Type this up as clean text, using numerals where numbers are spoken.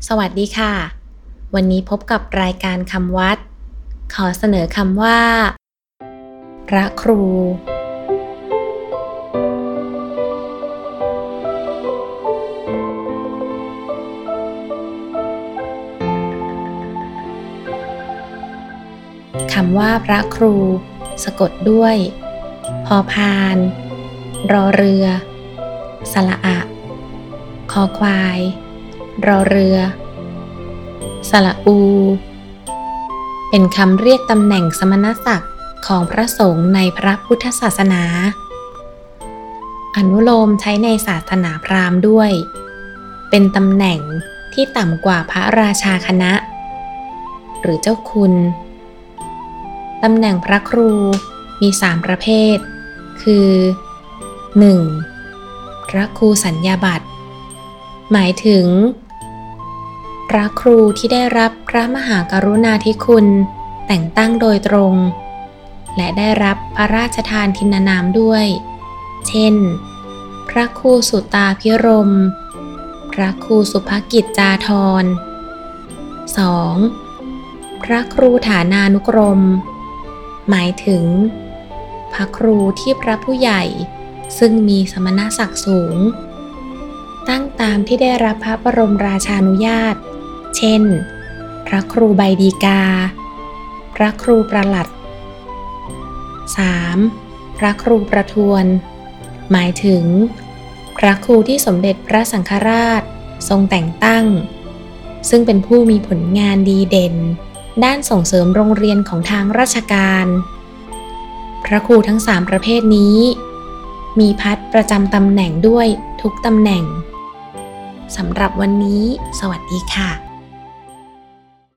สวัสดีค่ะ วันนี้พบกับรายการคำวัด ขอเสนอคำว่า พระครูคำว่าพระครูสะกดด้วย พอพาน รอเรือ สระอะ คอควาย รอเรือ สระอู เป็นคำเรียกตำแหน่งสมณศักดิ์ของพระสงฆ์ในพระพุทธศาสนา อนุโลมใช้ในศาสนาพราหมณ์ด้วย เป็นตำแหน่งที่ต่ำกว่าพระราชาคณะ หรือเจ้าคุณ ตำแหน่งพระครูมี3ประเภท คือ 1. พระครูสัญญาบัตร หมายถึงพระครูที่ได้รับพระมหากรุณาธิคุณแต่งตั้งโดยตรง และได้รับพระราชทานทินนามด้วย เช่น พระครูสุตาภิรมย์ พระครูสุภกิจจาธร 2. พระครูฐานานุกรม หมายถึงพระครูที่พระผู้ใหญ่ซึ่งมีสมณศักดิ์สูงตั้งตามที่ได้รับพระบรมราชานุญาต เช่น พระครูใบดีกา พระครูประหลัด 3. พระครูประทวน หมายถึงพระครูที่สมเด็จพระสังฆราชทรงแต่งตั้งซึ่งเป็นผู้มีผลงานดีเด่นด้านส่งเสริมโรงเรียนของทางราชการพระครูทั้ง3ประเภทนี้มีพัดประจำตำแหน่งด้วยทุกตำแหน่งสำหรับวันนี้สวัสดีค่ะ